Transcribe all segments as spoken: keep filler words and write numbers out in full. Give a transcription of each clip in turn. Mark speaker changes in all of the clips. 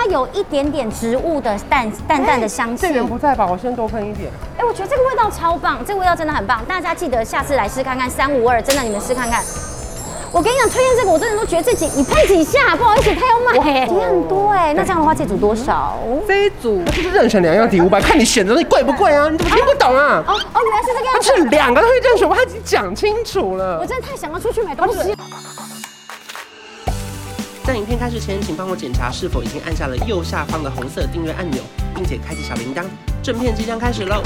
Speaker 1: 有一点点植物的淡淡淡的香气。
Speaker 2: 店员不在吧？我先多喷一点。
Speaker 1: 哎，我觉得这个味道超棒，这个味道真的很棒，大家记得下次来试看看三五二，真的你们试看看。我跟你讲，推荐这个我真的都觉得自己你喷几下，不好意思，他要卖哎，也很多哎。那这样的话，这组多少？
Speaker 2: 这一组就是任选两样抵五百，看你选择的贵不贵啊？你怎么听不懂啊？
Speaker 1: 哦哦，原来是这个样子。
Speaker 2: 是两个都会任选，我还已经讲清楚了。
Speaker 1: 我真的太想要出去买东西。
Speaker 2: 在影片开始前，请帮我检查是否已经按下了右下方的红色订阅按钮，并且开启小铃铛。正片即将开始喽！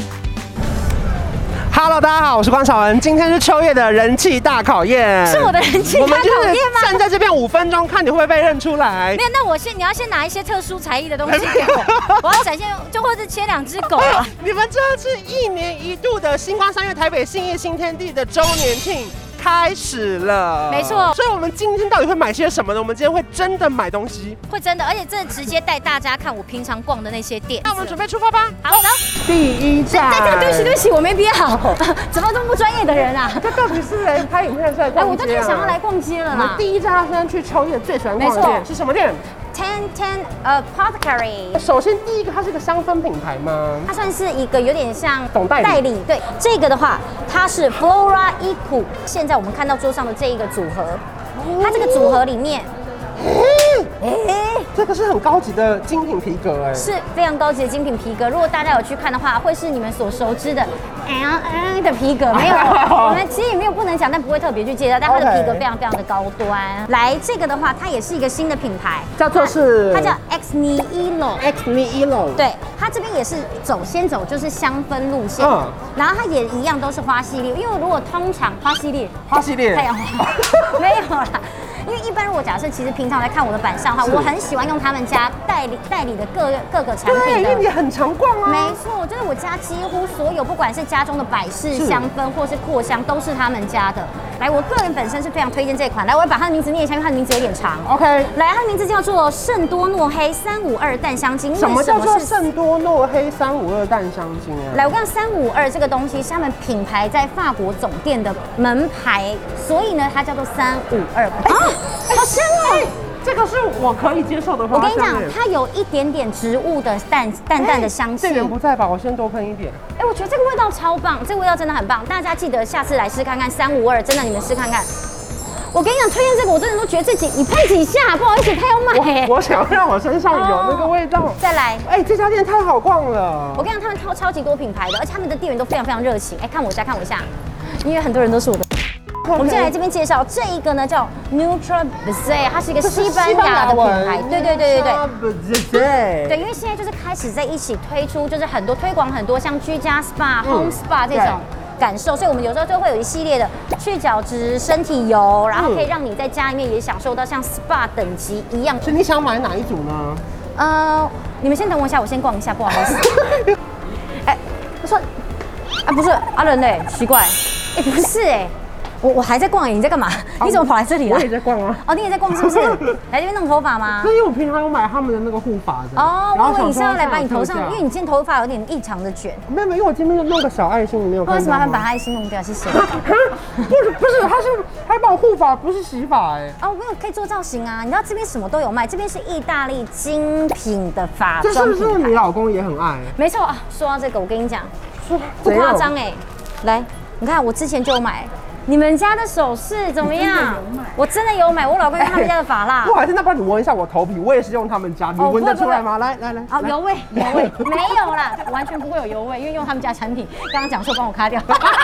Speaker 2: Hello， 大家好，我是关晓雯。今天是秋叶的人气大考验，
Speaker 1: 是我的人气大考验吗？
Speaker 2: 站在这边五分钟，看你会不会被认出来。
Speaker 1: 没有，那我先，你要先拿一些特殊才艺的东西给我，我要展现，就或者切两只狗啊。
Speaker 2: 你们这是一年一度的星光三月台北信义新天地的周年庆。 开始了，
Speaker 1: 没错，
Speaker 2: 所以我们今天到底会买些什么呢？我们今天会真的买东西，
Speaker 1: 会真的，而且真的直接带大家看我平常逛的那些店。
Speaker 2: 那我们准备出发吧。
Speaker 1: 好，走。
Speaker 2: 第一站，
Speaker 1: 在这个对不起对不起，我没憋好，怎么这么不专业的人啊？
Speaker 2: 这到底是人拍影片是来逛街？
Speaker 1: 哎，我都太想要来逛街了啦。
Speaker 2: 第一站要先去秋叶最喜欢逛的店是什么店
Speaker 1: ？Ten Ten Apothecary。
Speaker 2: 首先第一个，它是一个香氛品牌吗？
Speaker 1: 它算是一个有点像
Speaker 2: 总代理。
Speaker 1: 代理对，这个的话，它是 Flora Eco。现在我们看到桌上的这一个组合，它这个组合里面。
Speaker 2: 哎、欸，这个是很高级的精品皮革哎，
Speaker 1: 是非常高级的精品皮革。如果大家有去看的话，会是你们所熟知的 L L 的皮革。没有，我们其实也没有不能讲，但不会特别去介绍。但它的皮革非常非常的高端。来，这个的话，它也是一个新的品牌，
Speaker 2: 叫做是
Speaker 1: 它叫 X Nihilo。
Speaker 2: X Nihilo。对，
Speaker 1: 它这边也是走先走就是香氛路线，嗯，然后它也一样都是花系列。因为如果通常花系列，
Speaker 2: 花系列，
Speaker 1: 太阳花没有啦。 因为一般如果假设其实平常来看我的版上哈，我很喜欢用他们家代理代理的各各个产品的。
Speaker 2: 对，因为你很常逛啊。
Speaker 1: 没错，就是我家几乎所有不管是家中的百事香氛或是扩香都是他们家的。来，我个人本身是非常推荐这款。来，我要把它的名字念一下，因为它的名字有点长。OK。来，它的名字叫做圣多诺黑三五二淡香精。
Speaker 2: 什么叫做圣多诺黑三五二淡香精啊？
Speaker 1: 来，我跟你讲，三五二这个东西是他们品牌在法国总店的门牌，所以呢，它叫做三五二。啊，好香哦！
Speaker 2: 这个是我可以接受的花香。
Speaker 1: 我跟你讲，它有一点点植物的淡淡淡的香气。
Speaker 2: 店员不在吧？我先多喷一点。
Speaker 1: 哎，我觉得这个味道超棒，这个味道真的很棒，大家记得下次来试看看三五二，真的你们试看看。我跟你讲，推荐这个我真的都觉得自己你喷几下，不好意思，他要卖。
Speaker 2: 我想要让我身上有那个味道。哦、
Speaker 1: 再来，
Speaker 2: 哎，这家店太好逛了。
Speaker 1: 我跟你讲，他们超超级多品牌的，而且他们的店员都非常非常热情。哎，看我一下，看我一下，因为很多人都是我的。 我们现在来这边介绍这一个呢，叫 Nutra Base， 它是一个西班牙的品牌。对对对对对。对，因为现在就是开始在一起推出，就是很多推广很多像居家 SPA、Home SPA 这种感受，所以我们有时候就会有一系列的去角质、身体油，然后可以让你在家里面也享受到像 SPA 等级一样。
Speaker 2: 所以你想买哪一组呢？
Speaker 1: 呃，你们先等我一下，我先逛一下，不好意思。哎，我说，啊不是阿伦嘞，奇怪，哎不是哎。 我我还在逛哎，你在干嘛？你怎么跑来这里了？
Speaker 2: 我也在逛啊。
Speaker 1: 哦，你也在逛是不是？来这边弄头发吗？
Speaker 2: 因为我平常有买他们的那个护发的。
Speaker 1: 哦，我以为你是要来把你头上，因为你今天头发有点异常的卷。
Speaker 2: 没有没有，因为我今天弄个小爱心，你没有看到吗？
Speaker 1: 为什么要把爱心弄掉？谢谢。
Speaker 2: 不是不是，他是还帮我护发，不是洗发哎。
Speaker 1: 哦，没有，可以做造型啊。你知道这边什么都有卖，这边是意大利精品的发
Speaker 2: 妆。这是不是你老公也很爱？
Speaker 1: 没错啊。说到这个，我跟你讲，不夸张哎。来，你看我之前就有买。 你们家的首饰怎么样？我真的有买，我老公用他们家的发蜡。
Speaker 2: 不好意思，那帮你闻一下我头皮，我也是用他们家，你闻得出来吗？来来来，
Speaker 1: 好油味，油味没有啦，完全不会有油味，因为用他们家产品。刚刚讲错，帮我卡掉。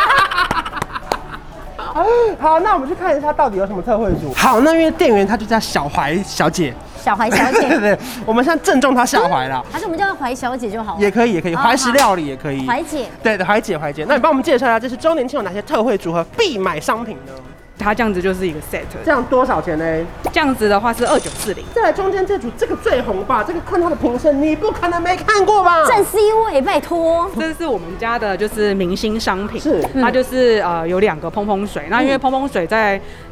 Speaker 2: 好，那我们去看一下到底有什么特惠组。好，那因为店员她就叫小怀小姐。
Speaker 1: 小怀小姐，
Speaker 2: 对对，我们现在正中她下怀了，
Speaker 1: 还是我们叫她怀小姐就好了，
Speaker 2: 也可以，也可以，怀石料理也可以，
Speaker 1: 怀姐，
Speaker 2: 对的，怀姐，怀姐，那你帮我们介绍一下，这是周年庆有哪些特惠组合必买商品呢？
Speaker 3: 它这样子就是一个 set，
Speaker 2: 这样多少钱呢？
Speaker 3: 这样子的话是二九四零。
Speaker 2: 再来中间这组，这个最红吧？这个看它的瓶身，你不可能没看过吧？
Speaker 1: 正 C 位，拜托。
Speaker 3: 这是我们家的，就是明星商品，
Speaker 2: 是
Speaker 3: 它就是呃有两个蓬蓬水，那因为蓬蓬水在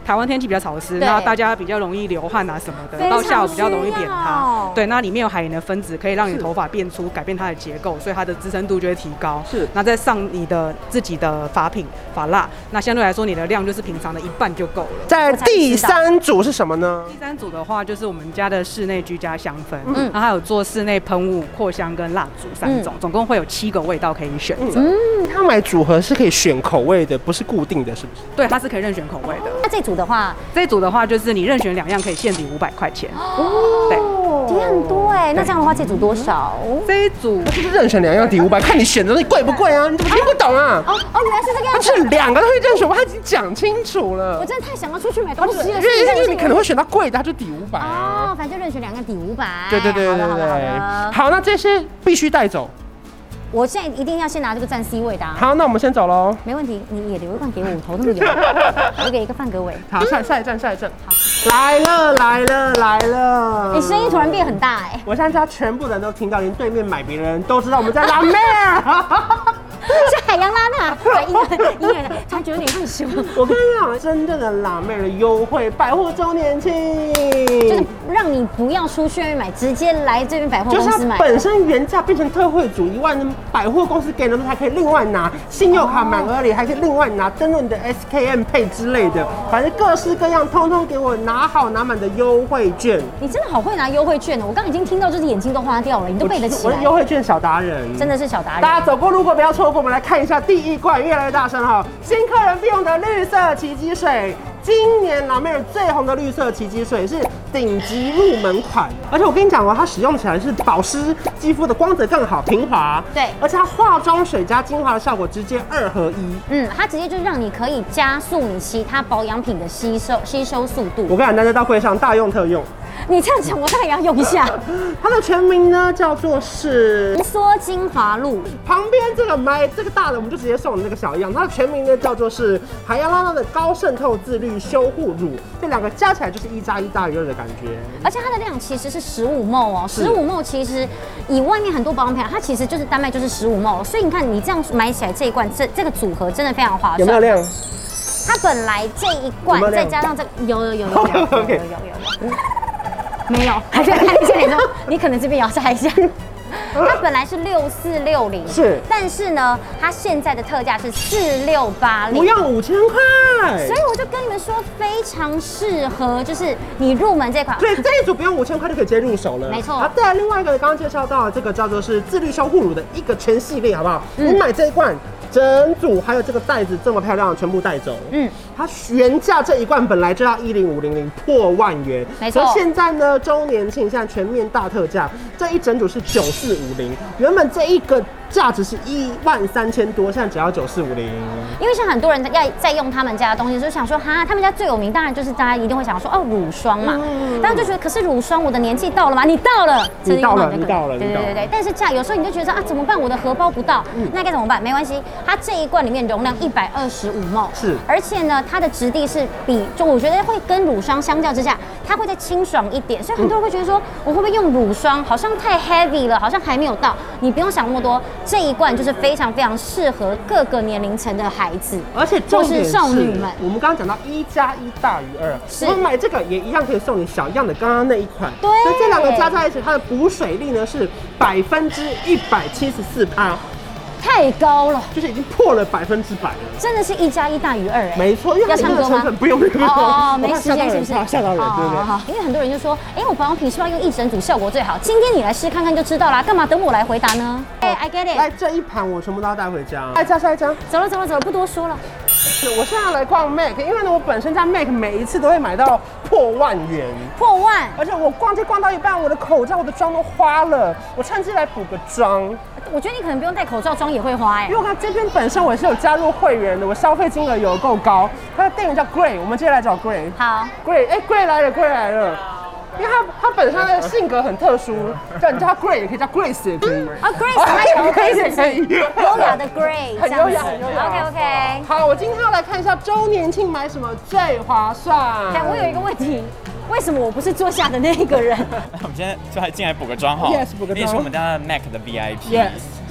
Speaker 3: 台湾天气比较潮湿，
Speaker 1: 对
Speaker 3: 那大家比较容易流汗啊什么的，
Speaker 1: 非常
Speaker 3: 到下午比较容易扁
Speaker 1: 需要
Speaker 3: 塌。对，那里面有海盐的分子，可以让你头发变粗，改变它的结构，所以它的支撑度就会提高。
Speaker 2: 是，
Speaker 3: 那再上你的自己的发品发蜡，那相对来说你的量就是平常的一半就够了。
Speaker 2: 在第三组是什么呢？
Speaker 3: 第三组的话就是我们家的室内居家香氛，
Speaker 1: 嗯
Speaker 3: 嗯，然后还有做室内喷雾、扩香跟蜡烛三种，总共会有七个味道可以选择。
Speaker 2: 嗯，他买组合是可以选口味的，不是固定的，是不是？
Speaker 3: 对，它是可以任选口味的。
Speaker 1: 那这组的话，
Speaker 3: 这一组的话就是你任选两样可以限抵五百块钱。
Speaker 1: 哦，
Speaker 3: 对，
Speaker 1: 抵很多哎。那这样的话，这组多少？
Speaker 3: 这一组
Speaker 2: 就是任选两样抵五百，看你选的东西贵不贵啊？你怎么听不懂啊？
Speaker 1: 哦哦，原来是这个样子。
Speaker 2: 是两个都可以任选，我已经讲清楚了。
Speaker 1: 我真的太想要出去买东西了，
Speaker 2: 因为因为你可能会选到贵的，它就抵五百啊。
Speaker 1: 哦，反正任选两个抵五百。
Speaker 2: 对对对对对对。好，那这些必须带走。
Speaker 1: 我现在一定要先拿这个占 C 位的。
Speaker 2: 好，那我们先走喽。
Speaker 1: 没问题，你也留一罐给我，我头那么油，留给一个范格伟。
Speaker 2: 好，下下一站，下一站。好，来了来了来了。
Speaker 1: 你声音突然变很大哎。
Speaker 2: 我现在家全部人都听到，连对面买别人都知道我们在拉妹儿。
Speaker 1: 是海洋拉娜，把音乐音乐，他觉得有点害羞。
Speaker 2: 我跟你讲，真正的拉妹的优惠百货周年庆，
Speaker 1: 就是让你不要出去外面买，直接来这边百货公司买。
Speaker 2: 就是它本身原价变成特惠组一万，百货公司给的还可以另外拿，信用卡满额里还可以另外拿登录你的 S K M Pay 之类的，反正各式各样，通通给我拿好拿满的优惠券。
Speaker 1: 你真的好会拿优惠券哦！我刚刚已经听到，就是眼睛都花掉了，你都背得起来。
Speaker 2: 我是优惠券小达人，
Speaker 1: 真的是小达人。
Speaker 2: 大家走过路过不要错过，我们来看一下第一罐，越来越大声哈！新客人必用的绿色奇迹水，今年拉妹儿最红的绿色奇迹水是顶级入门款，而且我跟你讲哦，它使用起来是保湿肌肤的光泽更好，平滑。
Speaker 1: 对，
Speaker 2: 而且它化妆水加精华的效果直接二合一。
Speaker 1: 嗯，它直接就是让你可以加速你其他保养品的吸收吸收速度。
Speaker 2: 我跟你讲，拿着到柜上大用特用。
Speaker 1: 你这样讲，我当然也要用一下。
Speaker 2: 它的全名呢叫做是
Speaker 1: 浓缩精华露，
Speaker 2: 旁边这个买这个大的，我们就直接送你那个小样。它的全名呢叫做是海洋拉拉的高渗透自律修护乳，这两个加起来就是一加一大于二的感觉。
Speaker 1: 而且它的量其实是十五 ml 哦，十五 ml 其实以外面很多保养品，它其实就是单卖就是十五 ml，所以你看你这样买起来这一罐这这个组合真的非常划算。
Speaker 2: 有没有量？
Speaker 1: 它本来这一罐
Speaker 2: 有没有
Speaker 1: 再加上这个有有有有有有有有有
Speaker 2: OK
Speaker 1: 有有。没有，还是要看一下脸中，你可能这边也要查一下。它本来是六四六零，
Speaker 2: 是，
Speaker 1: 但是呢，它现在的特价是四六八零，
Speaker 2: 不要五千块。
Speaker 1: 所以我就跟你们说，非常适合，就是你入门这款。
Speaker 2: 对，这一组不用五千块就可以直接入手了。
Speaker 1: 没错。
Speaker 2: 好，再来另外一个刚刚介绍到的这个叫做是自律修护乳的一个全系列，好不好？嗯、你买这一罐。整组还有这个袋子这么漂亮，全部带走。嗯，它原价这一罐本来就要一零五零零破万元，
Speaker 1: 没错。
Speaker 2: 现在呢，周年庆现在全面大特价，这一整组是九四五零，原本这一个价值是一万三千多，现在只要九四五零。
Speaker 1: 因为像很多人要在用他们家的东西，就想说哈，他们家最有名，当然就是大家一定会想说哦，乳霜嘛。嗯。当然就觉得，可是乳霜，我的年纪到了吗？你到了，
Speaker 2: 你到了，你到了，
Speaker 1: 对对对对。但是价有时候你就觉得啊，怎么办？我的荷包不到，嗯、那该怎么办？没关系，它这一罐里面容量一百二十五 ml，
Speaker 2: 是，
Speaker 1: 而且呢，它的质地是比就我觉得会跟乳霜相较之下，它会再清爽一点，所以很多人会觉得说，我会不会用乳霜？好像太 heavy 了，好像还没有到。你不用想那么多，这一罐就是非常非常适合各个年龄层的孩子，
Speaker 2: 而且重点是
Speaker 1: 少女们。
Speaker 2: 我们刚刚讲到一加一大于二，我们买这个也一样可以送你小样的刚刚那一款。
Speaker 1: 对，
Speaker 2: 所以这两个加在一起，它的补水力呢是百分之一百七十四趴。
Speaker 1: 太高了，
Speaker 2: 就是已经破了百分之百了，
Speaker 1: 真的是一加一大于二哎，
Speaker 2: 没错，因为
Speaker 1: 要唱歌吗？
Speaker 2: 不用不用，
Speaker 1: 哦，没时间是不是？
Speaker 2: 吓到人，对不对？
Speaker 1: 因为很多人就说，哎，我保养品是不是要用一整组效果最好？今天你来试看看就知道啦，干嘛等我来回答呢？哎 ，I get it。
Speaker 2: 来这一盘我全部都要带回家，下一家下一家，
Speaker 1: 走了走了走了，不多说了。
Speaker 2: 我现在来逛 Mac， 因为呢，我本身在 Mac 每一次都会买到破万元，
Speaker 1: 破万，
Speaker 2: 而且我逛街逛到一半，我的口罩、我的妆都花了，我趁机来补个妆。
Speaker 1: 我觉得你可能不用戴口罩，妆也会花哎。
Speaker 2: 因为我看这边本身我是有加入会员的，我消费金额有够高。它的店员叫 Gray， 我们接下来找 Gray。
Speaker 1: 好
Speaker 2: ，Gray， 哎 ，Gray 来了 ，Gray 来了。因为他他本身的性格很特殊，叫你叫他 Gray 也可以，叫 Grace 也可以。
Speaker 1: 啊 ，Grace 可以，可以，优雅的 Gray，
Speaker 2: 很优雅，很优雅。
Speaker 1: OK OK。
Speaker 2: 好，我今天要来看一下周年庆买什么最划算。
Speaker 1: 但我有一个问题。为什么我不是坐下的那一个人？
Speaker 4: 我们现在就来进来补个妆哈
Speaker 2: ，Yes， 补个妆，
Speaker 4: 你也是我们家的 Mac 的 V I P。
Speaker 2: Yes。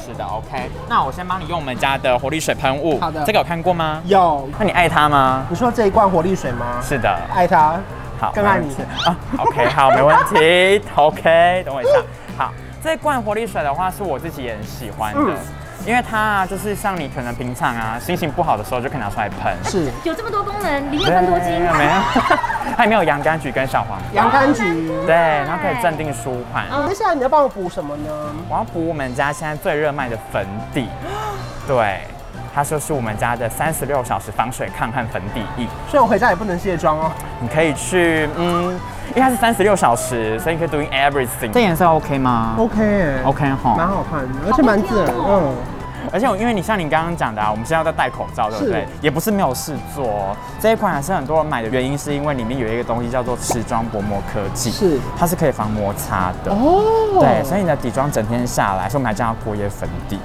Speaker 4: 是的 ，OK。那我先帮你用我们家的活力水喷雾。
Speaker 2: 好的，
Speaker 4: 这个有看过吗？
Speaker 2: 有。
Speaker 4: 那你爱它吗？
Speaker 2: 你说这一罐活力水吗？
Speaker 4: 是的，
Speaker 2: 爱它。
Speaker 4: 好，
Speaker 2: 更爱你
Speaker 4: 啊。OK， 好，没问题。OK， 等我一下。好，这罐活力水的话是我自己也很喜欢的。嗯，因为它啊，就是像你可能平常啊心情不好的时候就可以拿出来喷，
Speaker 1: 是有这么多功能，里面分多精，
Speaker 4: 没有，它里面有洋甘菊跟小黄瓜，
Speaker 2: 洋甘菊，
Speaker 4: 对，然后可以镇定舒缓。
Speaker 2: 嗯，接下来你要帮我补什么呢？
Speaker 4: 我要补我们家现在最热卖的粉底，对，它就是我们家的三十六小时防水抗汗粉底液，
Speaker 2: 所以我回家也不能卸妆哦。
Speaker 4: 你可以去，嗯，因为它是三十六小时，所以你可以 doing everything。这颜色 OK 吗
Speaker 2: ？OK，OK
Speaker 4: OK 哈，
Speaker 2: 蛮好看的，而且蛮自然，嗯。
Speaker 4: 而且因为你像你刚刚讲的啊，我们现在在戴口罩，对不对？也不是没有事做哦。这一款还是很多人买的原因，是因为里面有一个东西叫做持妆薄膜科技，是它是可以防摩擦的哦。对，所以你的底妆整天下来，所以我们还叫它过夜粉底。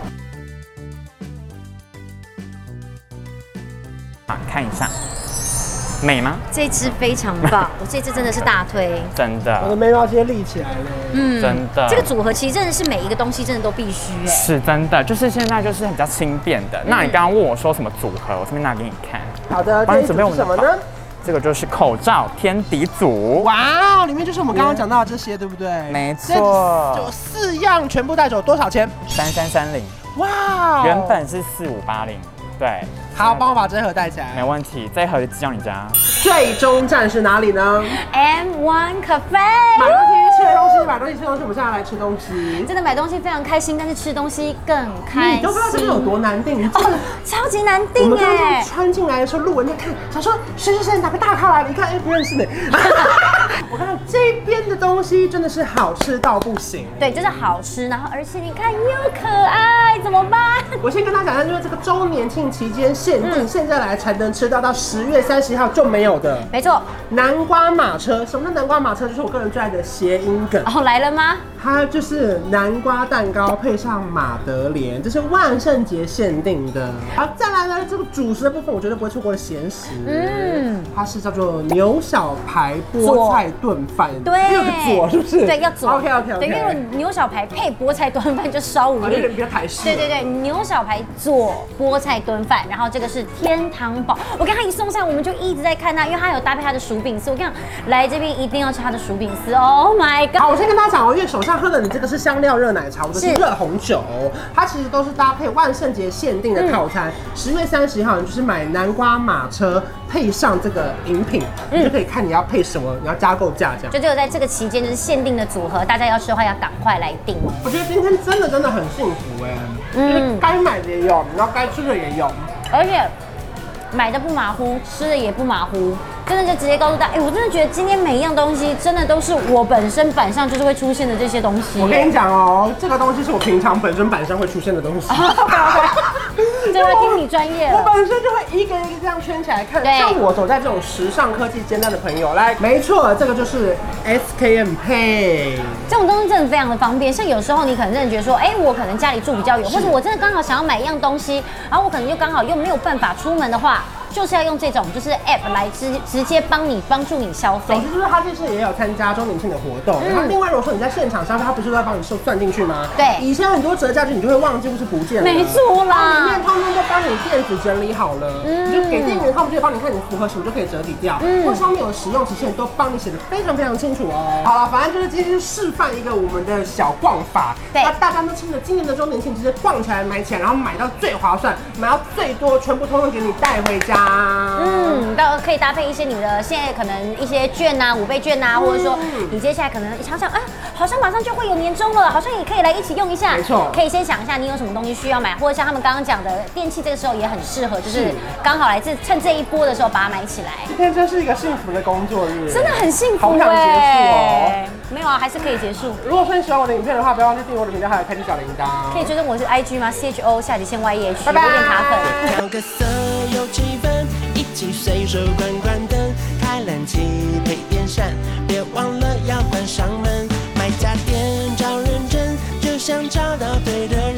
Speaker 4: 好，看一下。美吗？
Speaker 1: 这一支非常棒，我这支真的是大推，
Speaker 4: 真的，
Speaker 2: 我的眉毛直接立起来了。
Speaker 1: 嗯，
Speaker 4: 真的，
Speaker 1: 这个组合其实真的是每一个东西真的都必须哎，
Speaker 4: 是真的，就是现在就是比较轻便的。那你刚刚问我说什么组合，我这边拿给你看。
Speaker 2: 好的，
Speaker 4: 帮你准备我们
Speaker 2: 什么呢？
Speaker 4: 这个就是口罩天敌组。
Speaker 2: 哇哦，里面就是我们刚刚讲到的这些，对不对？
Speaker 4: 没错，
Speaker 2: 就四样全部带走，多少钱？
Speaker 4: 三三三零。
Speaker 2: 哇，
Speaker 4: 原本是四五八零。对，
Speaker 2: 好，帮我把这盒带起来。
Speaker 4: 没问题，这一盒寄到你家。
Speaker 2: 最终站是哪里呢
Speaker 1: ？M One Cafe。
Speaker 2: 买东西吃东西，买东西吃东西，我们现在来吃东西。
Speaker 1: 真的买东西非常开心，但是吃东西更开心。
Speaker 2: 你都不知道这个有多难订，
Speaker 1: 哦，超级难订哎！
Speaker 2: 我们刚刚穿进来的时候，路人在看，想说谁谁谁哪个大咖来了，一看哎不认识你。我看这边的东西真的是好吃到不行。
Speaker 1: 对，就是好吃，然后而且你看又可爱，怎么办？
Speaker 2: 我先跟大家讲一下，就是这个周年庆期间限定，嗯、现在来才能吃到，到十月三十号就没有的。
Speaker 1: 没错，
Speaker 2: 南瓜马车，什么叫南瓜马车？就是我个人最爱的谐音梗。
Speaker 1: 哦，来了吗？
Speaker 2: 它就是南瓜蛋糕配上马德莲，这是万圣节限定的。好，再来呢，这个主食的部分我绝对不会错过的咸食。嗯，它是叫做牛小排菠菜炖饭。
Speaker 1: 对，
Speaker 2: 有个佐是不是？
Speaker 1: 对，要佐。
Speaker 2: OK OK OK。
Speaker 1: 对，因为牛小排配菠菜炖饭就稍无力，
Speaker 2: 有点比较台式。
Speaker 1: 对对对，牛小排佐菠菜炖饭，然后这个是天堂堡。我跟他一送上，我们就一直在看它，因为它有搭配它的薯饼丝。我跟你讲，来这边一定要吃它的薯饼丝。Oh my god！
Speaker 2: 好，我先跟大家讲哦，因为手上喝的你这个是香料热奶茶，我的是热红酒，它其实都是搭配万圣节限定的套餐。十、嗯、月三十号，你就是买南瓜马车配上这个饮品，嗯、你就可以看你要配什么，你要加购价这样。
Speaker 1: 就只有在这个期间，就是限定的组合，大家要吃的话要赶快来订。
Speaker 2: 我觉得今天真的真的很幸福哎，嗯，该买的也有，然后该吃的也有，
Speaker 1: 而且买的不马虎，吃的也不马虎。真的就直接告诉大家，哎，我真的觉得今天每一样东西真的都是我本身板上就是会出现的这些东西。
Speaker 2: 我跟你讲哦，这个东西是我平常本身板上会出现的东西。
Speaker 1: 这个听你专业了。
Speaker 2: 我本身就会一个一个这样圈起来看。像我走在这种时尚科技尖端的朋友，来，没错，这个就是 S K M Pay。
Speaker 1: 这种东西真的非常的方便。像有时候你可能真的觉得说，哎，我可能家里住比较远，或者我真的刚好想要买一样东西，然后我可能又刚好又没有办法出门的话。就是要用这种就是 app 来直直接帮你帮助你消费。
Speaker 2: 总之就是它这次也有参加周年庆的活动，然后另外如果说你在现场消费，它不是都要帮你算算进去吗？
Speaker 1: 对，
Speaker 2: 以前很多折价券你就会忘记或是不见了，
Speaker 1: 没错啦，
Speaker 2: 里面通通都帮你电子整理好了，嗯，你就给店员他们就会帮你看你符合什么就可以折抵掉，嗯，或上面有使用期限都帮你写的非常非常清楚哦。好了，反正就是今天就示范一个我们的小逛法，对，那大家都趁着今年的周年庆直接逛起来买起来，然后买到最划算，买到最多，全部通通给你带回家，嗯。
Speaker 1: 嗯，到可以搭配一些你的现在可能一些券啊，五倍券啊，或者说你接下来可能想想，啊，好像马上就会有年终了，好像也可以来一起用一下。
Speaker 2: 没错，
Speaker 1: 可以先想一下你有什么东西需要买，或者像他们刚刚讲的电器，这个时候也很适合，就是刚好来自趁这一波的时候把它买起来。
Speaker 2: 今天真是一个幸福的工作日，
Speaker 1: 真的很幸福，
Speaker 2: 好想结束哦。
Speaker 1: 没有啊，还是可以结束。
Speaker 2: 如果说你喜欢我的影片的话，不要忘记订阅我的频道，还有开启小铃铛。
Speaker 1: 可以追踪我是 I G 吗 ？C H O 下底线 Y E H，
Speaker 2: 拜拜。
Speaker 1: 有点卡粉。
Speaker 5: 调个色有气氛，一起随手关关灯，开冷气配电扇，别忘了要关上门。买家电找认真，就像找到对的人。